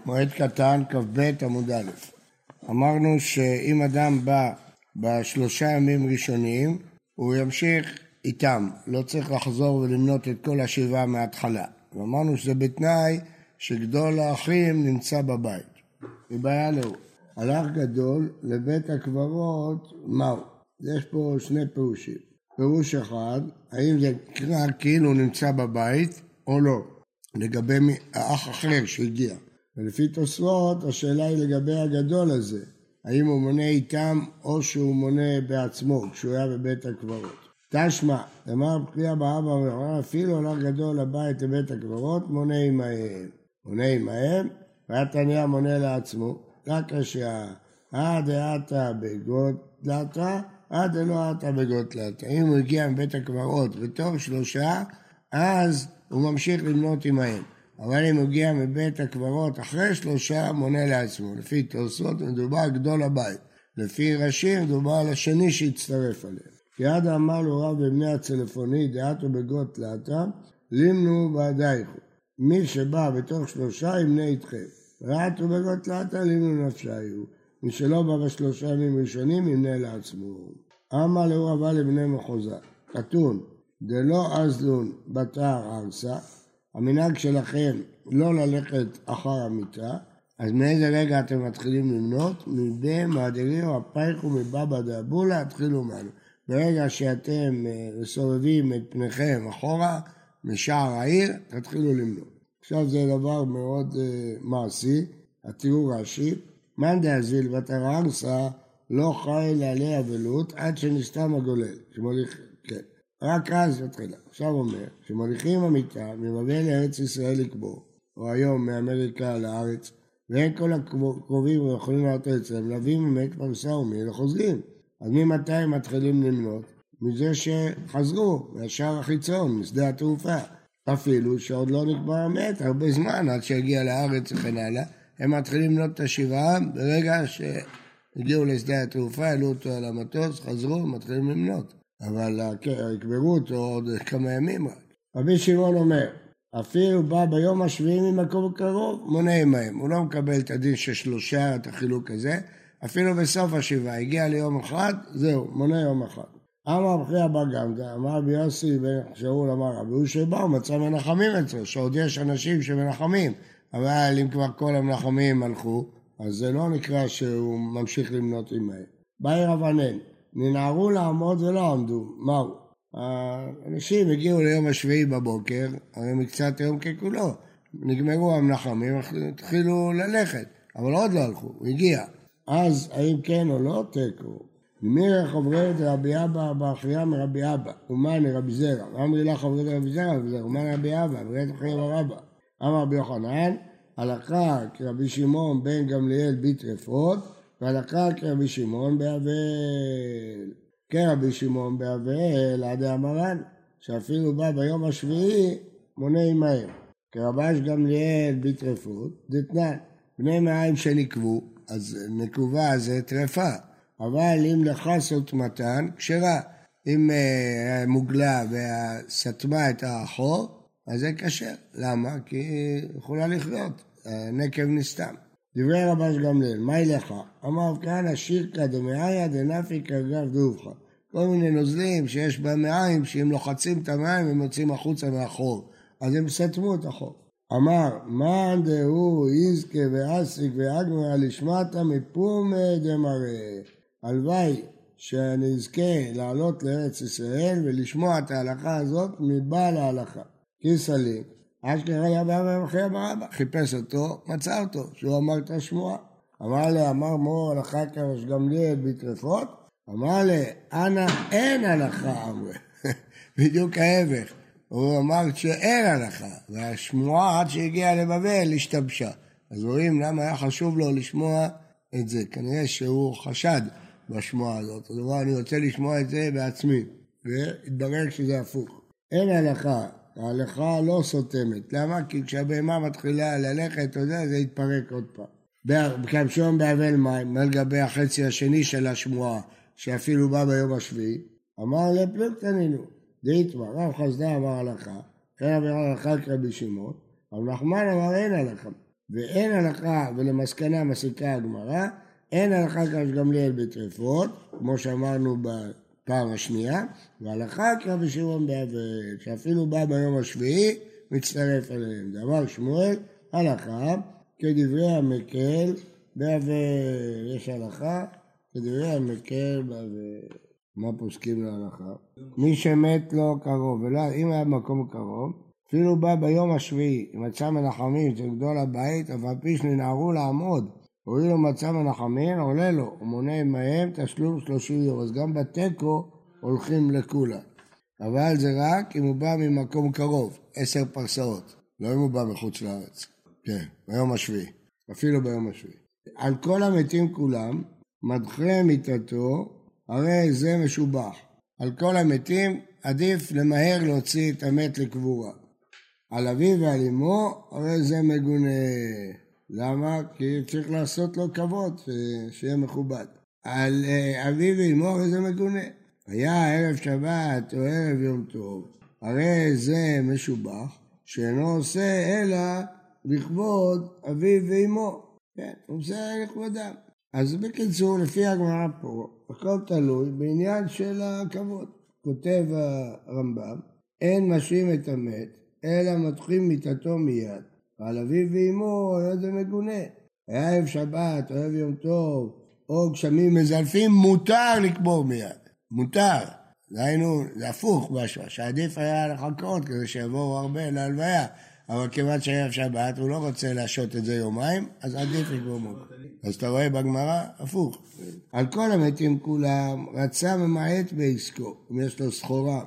מועד קטן, כ"ב עמוד א'. אמרנו שאם אדם בא בשלושה ימים ראשונים, הוא ימשיך איתם, לא צריך לחזור ולמנות את כל השבעה מההתחלה. ואמרנו שזה בתנאי שגדול האחים נמצא בבית. מבעיה לו, הלך גדול לבית הקברות, מהו? יש פה שני פירושים. פירוש אחד, האם זה נקרא כאילו נמצא בבית או לא, לגבי האח אחר שהגיע. ולפי תוספות, השאלה היא לגבי הגדול הזה, האם הוא מונה איתם או שהוא מונה בעצמו, כשהוא היה בבית הקברות. תשמע, אמר פקיע באבא ואמר, אפילו הלך גדול לבית לבית הקברות, מונה עמהם. מונה עמהם, והתניא מונה לעצמו, רק השעה, עד העתה בגודלתה, עד לא העתה בגודלתה. אם הוא הגיע מבית הקברות בתוך שלושה, אז הוא ממשיך למנות עמהם. אבל אם הוא הגיע מבית הקברות אחרי שלושה, מונה לעצמו. לפי תוספות מדובר גדול הבית. לפי ראשים מדובר על השני שהצטרף עליהם. כי עד אמר לו רב בבני הצלפוני, דעתו בגודלתה, לימנו בעדייכו. מי שבא בתוך שלושה ימנה איתכם. רעתו בגודלתה, לימנו נפשיו. מי שלא בא בשלושה ימים ראשונים, ימנה לעצמו. אמר לו רבה לבני מחוזה. כתון, דלא אזלון בתר ארסה, המנהג שלכם לא ללכת אחר המיטה, אז מאיזה רגע אתם מתחילים למנות? מבין מעדריו הפייכו מבבא דאבולה, התחילו ממנו. ברגע שאתם מסובבים את פניכם אחורה, משער העיר, תתחילו למנות. עכשיו זה דבר מאוד מעשי, התיאור רש"י, מאן דאזיל בתר ארסה לא חי לעלי אבלות עד שנסתם הגולל, כן. רק אז מתחילה. עכשיו אומר, שמוליכים המיטה מבבל לארץ ישראל לקבור, או היום מאמריקה לארץ, ואין כל הקרובים יכולים לעלות אצלם, מלווים ממק פרסה ומי חוזרים. אז ממתי הם מתחילים למנות? מזה שחזרו, מהשער החיצון, משדה התעופה. אפילו שעוד לא נקבע המת, הרבה זמן עד שהגיע לארץ וכן הלאה, הם מתחילים למנות את השבעה ברגע שהגיעו לשדה התעופה, העלו אותו על המטוס, חזרו, מתחילים למנות. אבל יקברו אותו עוד כמה ימים רק. רבי שמעון אומר, אפילו בא ביום השביעי ממקום קרוב, מונה עמהם. הוא לא מקבל את הדין ששלושה, את החילוק הזה, אפילו בסוף השבעה, הגיע ליום אחד, זהו, מונה יום אחד. אמר פקיע בר גמדא, אמר רבי יוסי בן שאול, אמר רבי הוא שבא, הוא מצא מנחמים אצלו, שעוד יש אנשים שמנחמים, אבל אם כבר כל המנחמים הלכו, אז זה לא נקרא שהוא ממשיך למנות עמהם. באי רבנן, ננערו לעמוד ולא עמדו, מהו? האנשים הגיעו ליום השביעי בבוקר, הרי מקצת היום ככולו, נגמרו המנחמים, התחילו ללכת, אבל עוד לא הלכו, הוא הגיע. אז האם כן או לא? תקו. נמירה חברת רבי אבא באחריה מרבי אבא, ומאני רבי זרע, אמרי לה חברת רבי זרע, ומאני רבי אבא, ורד אחריה מרבא. אמר רבי יוחנן, הלכה כרבי שמעון בן גמליאל ביטרפות, והלכה כרבי שמעון באבל. כרבי שמעון באבל, עד המרן, שאפילו בא ביום השביעי, מונה עמהם. כרבש גמליאל ביטרפות, דתנן, בני מעיים שנקבו, אז נקובה זה טרפה, אבל אם לחסות מתן, כשרה. אם מוגלה וסתמה את האחור, אז זה קשר. למה? כי יכולה לחיות, נקב נסתם. דברי רבש גמליאל, מה ילך? אמר כאן השירקא דמעיה דנפי כגב דובך. כל מיני נוזלים שיש בהם מעיים, שאם לוחצים את המים הם יוצאים החוצה מהחור. אז הם סתמו את החור. אמר, מאן דהוא יזכה ואסיק ואגמר לשמטה מפומי דמראה. הלוואי שאני אזכה לעלות לארץ ישראל ולשמוע את ההלכה הזאת מבעל ההלכה. כיסלי, אשכרה היה באבא אחרי ברבא, חיפש אותו, מצא אותו, שהוא אמר את השמועה. אמר לי, אמר מור הלכה כרש גמליאל בטרפות, אמר לי, אנא אין הלכה אמרה. בדיוק ההפך. הוא אמר שאין הלכה, והשמועה עד שהגיעה לבבל השתבשה. אז רואים למה היה חשוב לו לשמוע את זה. כנראה שהוא חשד בשמועה הזאת. אז הוא אמר, אני רוצה לשמוע את זה בעצמי. והתברר שזה הפוך. אין הלכה. ההלכה לא סותמת. למה? כי כשהבהמה מתחילה ללכת, אתה יודע, זה יתפרק עוד פעם. כמשום באבל מים, מעל גבי החצי השני של השמועה, שאפילו בא ביום השביעי, אמר לפלוגתנינו, דהיתמר, רב חסדה אמר הלכה, אחרי אמר הלכה כרבי שמעון, אבל נחמן אמר אין הלכה. ואין הלכה, ולמסקנה מסיקה הגמרא, אין הלכה כרבי גמליאל בטרפות, כמו שאמרנו בפעם השנייה, והלכה כרבי שמעון באבל, שאפילו בא ביום השביעי, מצטרף אליהם. דאמר שמואל, הלכה כדברי המקל באבל. יש הלכה כדברי המקל באבל. מה פוסקים להלכה? מי שמת לו קרוב, אם היה במקום קרוב, אפילו בא ביום השביעי, מצא מנחמים של גדול הבית, אבל פי שננערו לעמוד, הוריד לו מצא מנחמים, עולה לו, הוא מונה עמהם תשלום 30 יום, אז גם בתיקו הולכים לכולה. אבל זה רק אם הוא בא ממקום קרוב, 10 פרסאות, לא אם הוא בא מחוץ לארץ. כן, ביום השביעי, אפילו ביום השביעי. על כל המתים כולם, מדחה מיתתו, הרי זה משובח. על כל המתים עדיף למהר להוציא את המת לקבורה. על אביו ועל אמו, הרי זה מגונה. למה? כי צריך לעשות לו כבוד, שיהיה מכובד. על אביו ואמו, הרי זה מגונה. היה ערב שבת או ערב יום טוב, הרי זה משובח, שאינו עושה אלא לכבוד אביו ואמו. כן, הוא עושה לכבודם. אז בקיצור, לפי הגמרא פה, הכל תלוי בעניין של הכבוד. כותב הרמב"ם, אין משאים את המת, אלא מתחים מיתתו מיד. ועל אביו ואמו, היה זה מגונה. היה ערב שבת, ערב יום טוב, או גשמים מזלפים, מותר לקבור מיד. מותר. דהיינו, זה הפוך משהו, שעדיף היה לחכות כדי שיבואו הרבה להלוויה. אבל כיוון שערב שבת הוא לא רוצה להשעות את זה יומיים, אז עדיף לקבור מוקדם. אז אתה רואה בגמרא, הפוך. על כל המתים כולם, רצה ממעט בעסקו, אם יש לו סחורה.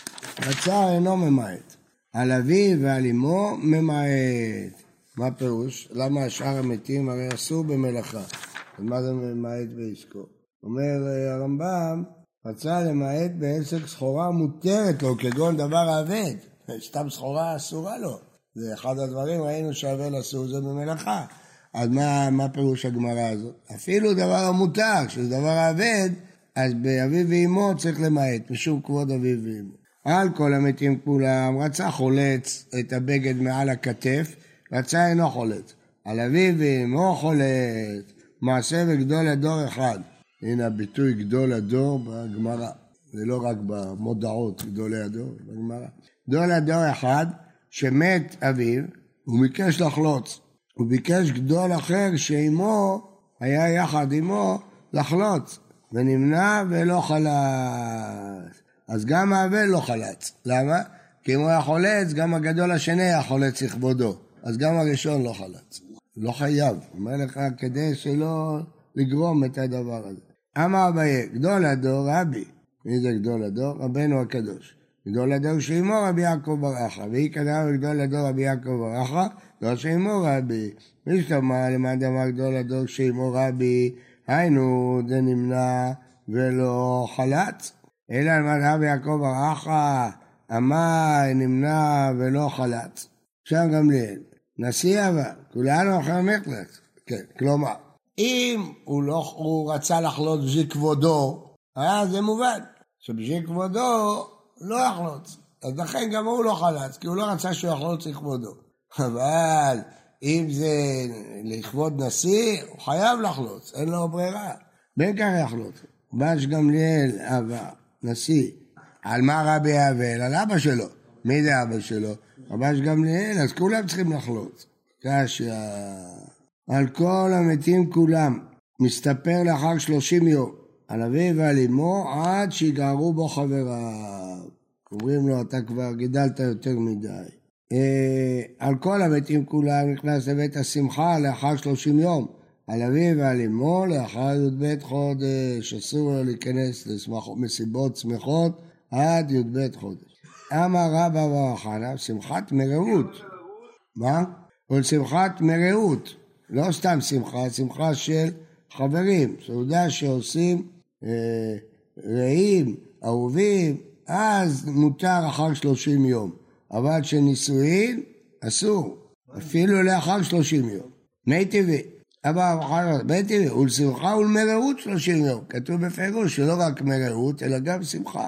רצה אינו ממעט. על אביו ועל אמו ממעט. מה פירוש? למה שאר המתים הרי אסור במלאכה? אז מה זה ממעט בעסקו? אומר הרמב"ם, רצה למעט בעסק סחורה מותרת לו, כגון דבר אבד. סתם סחורה אסורה לו. זה אחד הדברים, ראינו שהאבל אסור זה במלאכה. אז מה פירוש הגמרא הזאת? אפילו דבר המותר, שזה דבר אבד, אז באביו ואמו צריך למעט, משום כבוד אביו ואמו. על כל המתים כולם, רצה חולץ את הבגד מעל הכתף, רצה אינו חולץ. על אביו ואמו חולץ, מעשה וגדול הדור אחד. הנה הביטוי גדול הדור בגמרא, זה לא רק במודעות גדולי הדור, בגמרא. גדול הדור אחד, שמת אביו, הוא ביקש לחלוץ. הוא ביקש גדול אחר שאימו, היה יחד עמו, לחלוץ. ונמנע ולא חלץ. אז גם האבל לא חלץ. למה? כי אם הוא היה חולץ, גם הגדול השני היה חולץ לכבודו. אז גם הראשון לא חלץ. לא חייב. אומר לך כדי שלא לגרום את הדבר הזה. אמר אביי, גדול הדור רבי. מי זה גדול הדור? רבנו הקדוש. גדול הדור שאימו רבי יעקב בר אחא, והיא כנראה גדול הדור רבי יעקב בר אחא, לא שאימו רבי. מי שתאמר למד אמר גדול הדור שאימו רבי, היינו זה נמנע ולא חלץ. אלא למד רבי יעקב בר אחא, אמר נמנע ולא חלץ. שם גמליאל, נשיא אבל, כולנו אחר מקלט. כן, כלומר, אם הוא רצה לחלוץ בשביל כבודו, זה מובן, שבשביל כבודו, לא יחלוץ, אז לכן גם הוא לא חלץ, כי הוא לא רצה שהוא יחלוץ לכבודו. אבל אם זה לכבוד נשיא, הוא חייב לחלוץ, אין לו ברירה. בין כך יחלוץ. בש גמליאל אבא, נשיא, על מה רבי אבל? על אבא שלו. מי זה אבא שלו? בש גמליאל, אז כולם צריכים לחלוץ. קשיא. על כל המתים כולם, מסתפר לאחר 30 יום. על אביו ועל אמו עד שיגערו בו חבריו. אומרים לו, אתה כבר גידלת יותר מדי. על כל המתים כולם נכנס לבית השמחה לאחר 30 יום. על אביו ועל אמו לאחר י"ב חודש. אסור לו להיכנס למסיבות שמחות עד י"ב חודש. אמר רבא בר חנא, שמחת מרעות. מה? ולשמחת מרעות. לא סתם שמחה, שמחה של חברים. סעודה שעושים רעים, אהובים, אז מותר אחר 30 יום. אבל שנישואין, אסור. אפילו לאחר 30 יום. מי טבעי. מי טבעי, ולשמחה ולמרעות 30 יום. כתוב בפירוש שלא רק מרעות, אלא גם שמחה.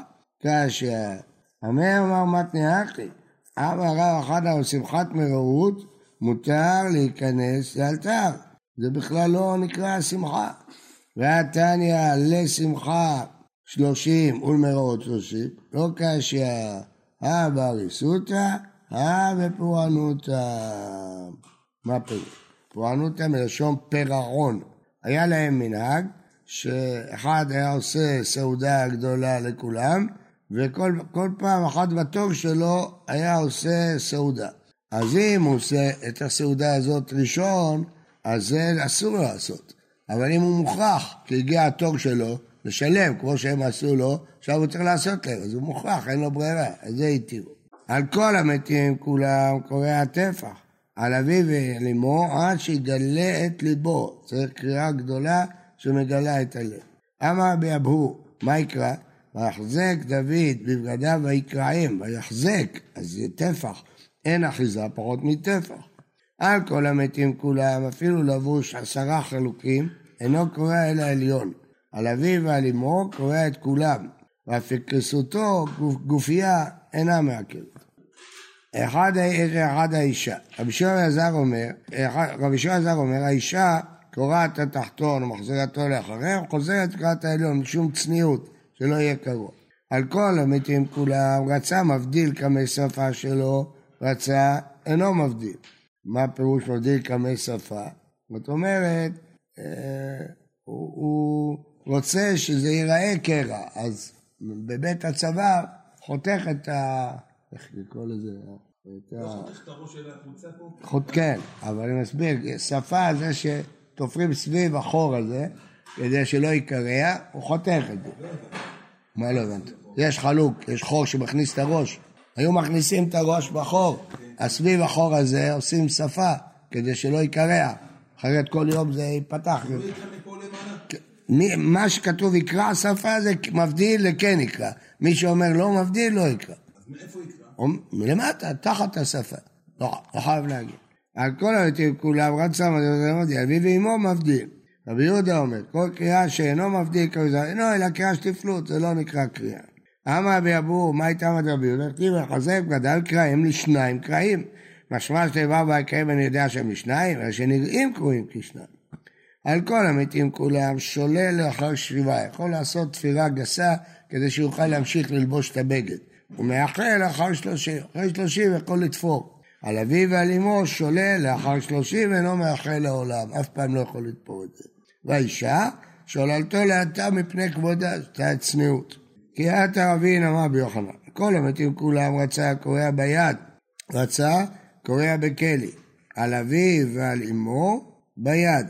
כאשר אמר מתניאקי, אמר רב אחד על שמחת מרעות, מותר להיכנס לאלתר. זה בכלל לא נקרא שמחה. והתניא לשמחה 30 ולמראות 30, לא קשיא, באריסותא, בפורענותא. מה פירוש? פורענותא מלשון פרעון. היה להם מנהג שאחד היה עושה סעודה גדולה לכולם, וכל פעם אחד בתור שלו היה עושה סעודה. אז אם הוא עושה את הסעודה הזאת ראשון, אז זה אסור לעשות. אבל אם הוא מוכרח, כי הגיע התור שלו, לשלם כמו שהם עשו לו, עכשיו הוא צריך לעשות להם, אז הוא מוכרח, אין לו ברירה, אז זה התירו. על כל המתים כולם קורא הטפח, על אביו ועל אמו, עד שיגלה את ליבו. צריך קריאה גדולה שמגלה את הלב. אמר ביאבהו, מה יקרא? ויחזק דוד בבגדיו ויקרעים, ויחזק, אז זה טפח, אין אחיזה פחות מטפח. על כל המתים כולם, אפילו לבוש 10 חלוקים, אינו קורא אל העליון. על אביו ועל אמו קורא את כולם, ואפיקסותו גופייה אינה מעכבת. אחד האישה. רבי שמעון אלעזר אומר, האישה קוראת התחתון ומחזירתו לאחריה, וחוזרת קוראת העליון משום צניעות, שלא יהיה קרוע. על כל המתים כולם, רצה מבדיל כמי שפה שלו, רצה אינו מבדיל. מה פירוש מבדיל כמי שפה? זאת אומרת, הוא רוצה שזה ייראה קרע, אז בבית הצוואר חותך את איך לקרוא לזה? לא חותך את הראש של החולצה פה? כן, אבל אני מסביר, שפה זה שתופרים סביב החור הזה, כדי שלא יקרע, הוא חותך את זה. מה לא הבנת? יש חלוק, יש חור שמכניס את הראש. היו מכניסים את הראש בחור, אז סביב החור הזה עושים שפה, כדי שלא יקרע. אחרת כל יום זה ייפתח. לא יקרא מפה למעלה? מה שכתוב יקרא שפה זה מבדיל לכן יקרא. מי שאומר לא מבדיל לא יקרא. אז מאיפה יקרא? מלמטה, תחת השפה. לא חייב להגיד. על כל המתים כולם רצה מבדיל, אביו ואמו מבדיל. רבי יהודה אומר, כל קריאה שאינו מבדיל אינו אלא קריאה שתפלות, זה לא נקרא קריאה. אמר ביאבהו, מה הייתה רבי יהודה? כתיב לחזק גדל קראים לשניים קראים. משמע שתיבה והקראים אני יודע שהם לשניים, אלא שנראים קרואים כשניים. על כל המתים כולם שולל לאחר שביבה, יכול לעשות תפירה גסה כדי שיוכל להמשיך ללבוש את הבגד. הוא מאחל לאחר 30, אחרי 30 יכול לתפור. על אביו ועל אמו שולל לאחר 30 ואינו מאחל לעולם, אף פעם לא יכול לתפור את זה. והאישה שוללתו לאטה מפני כבודה, זאת צניעות. כי את הרבין אמר ביוחנן, כל המתים כולם רצה קורא ביד, רצה קורא בכלי, על אביו ועל אמו ביד.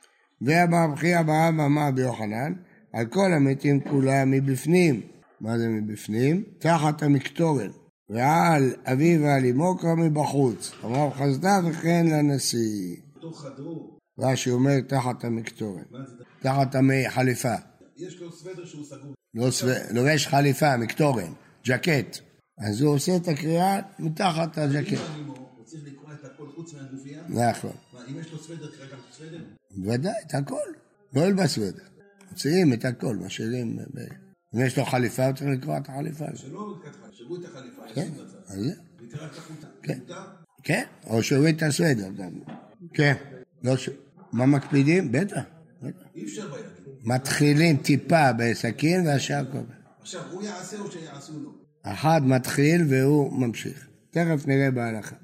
והמרחי אברהם אמר ביוחנן, על כל המתים כולם מבפנים. מה זה מבפנים? תחת המקטורן. ועל אביו ועל אמו קרא מבחוץ. אמר חסדה וכן לנשיא. בתוך חדרו. רש"י אומר תחת המקטורן. תחת החליפה. יש לו סוודר שהוא סגור. לובש חליפה, מקטורן, ג'קט. אז הוא עושה את הקריאה מתחת הג'קט. הוא צריך לקרוא את הכל חוץ מהגופייה? נכון. אם יש לו סוודר, קרא גם סוודר? בוודאי, את הכל. לא ילבש סוודר. מוציאים את הכל, משאירים. אם יש לו חליפה, הוא צריך לקרוא את החליפה. שלא יתקדחה, שבו את החליפה. כן, אז זה. ותראה את החוטה. כן. כן, או שהוריד את הסוודר גם. כן. מה מקפידים? בטח. אי אפשר ביד. מתחילים טיפה בסכין והשאר קודם. עכשיו, הוא יעשה או שיעשו לו? אחד מתחיל והוא ממשיך. תכף נראה בהלכה.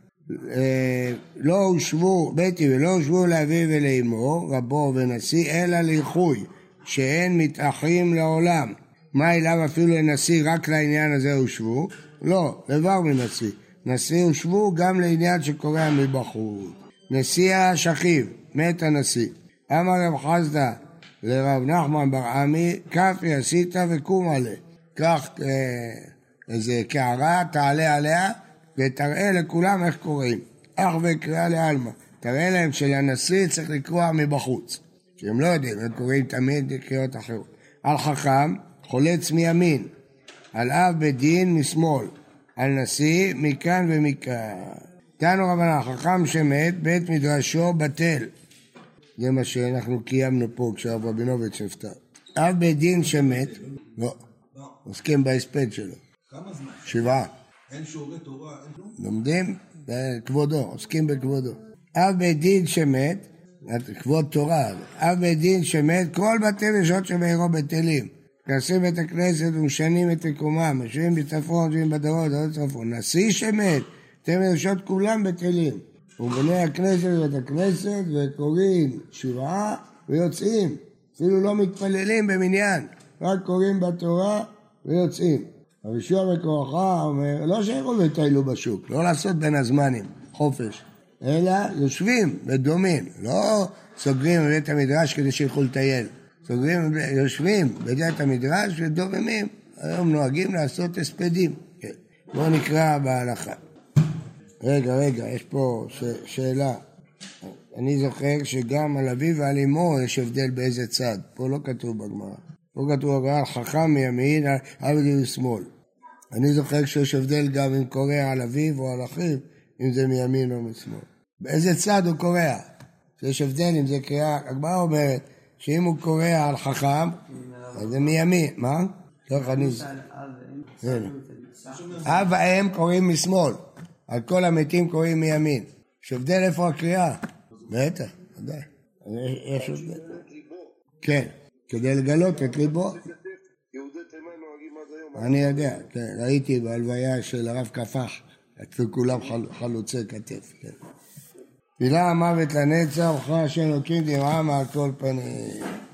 לא הושבו, ביתי ולא הושבו לאביו ולאמו, רבו ונשיא, אלא לאיחוי, שאין מתאחרים לעולם. מה אליו אפילו לנשיא, רק לעניין הזה הושבו? לא, דבר מנשיא. נשיא הושבו גם לעניין שקורא מבחוץ. נשיא השכיב, מת הנשיא. אמר רב חסדא לרב נחמן בר עמי, כפי עשית וקום עליה. קח איזה קערה, תעלה עליה ותראה לכולם איך קוראים. אך וקריאה לעלמא. תראה להם שלנשיא צריך לקרוא מבחוץ. שהם לא יודעים, הם קוראים תמיד קריאות אחרות. על חכם חולץ מימין, על אב בדין משמאל, על נשיא מכאן ומכאן. תנו רבנן, חכם שמת בית מדרשו בטל. זה מה שאנחנו קיימנו פה כשהרב רבינוביץ' נפטר. אב בדין שמת, לא, עוסקים בהספד שלו. כמה זמן? 7. אין שיעורי תורה, אין כלום? לומדים בכבודו, עוסקים בכבודו. אב בית דין שמת, כבוד תורה, אב בית דין שמת, כל בתי נשות שבעירו בטלים. כנסים בית הכנסת ומשנים את מקומם, יושבים בצפון, יושבים בדרום, דרום צפון. נשיא שמת, בתי נשות כולם בטלים. ובני הכנסת ובית הכנסת וקוראים שבעה ויוצאים. אפילו לא מתפללים במניין, רק קוראים בתורה ויוצאים. הראשון בכורחה אומר, לא שיכול לטיילו בשוק, לא לעשות בין הזמנים, חופש, אלא יושבים ודומים, לא סוגרים בבית המדרש כדי שילכו לטייל, יושבים בבית המדרש ודוממים, היום נוהגים לעשות הספדים. כן. בואו נקרא בהלכה. רגע, יש פה שאלה. אני זוכר שגם על אביו ועל אמו יש הבדל באיזה צד, פה לא כתוב בגמרא. פה כתוב בגמרא חכם מימין, עבדי משמאל. אני זוכר שיש הבדל גם אם קורא על אביו או על אחיו, אם זה מימין או משמאל. באיזה צד הוא קורא? יש הבדל אם זה קריאה, הגמרא אומרת שאם הוא קורא על חכם, אז זה מימין. מה? לא חניז. אב ואם קוראים משמאל, על כל המתים קוראים מימין. יש הבדל איפה הקריאה? בטח, ודאי. יש הבדל. כן, כדי לגלות את ליבו. יהודי תימן נוהגים עד היום. אני יודע, כן, ראיתי בהלוויה של הרב קפח, אצלו כולם חלוצי כתף, כן. תפילה המוות לנצח, וכן השם אלוקים דמעה מעל כל פנים.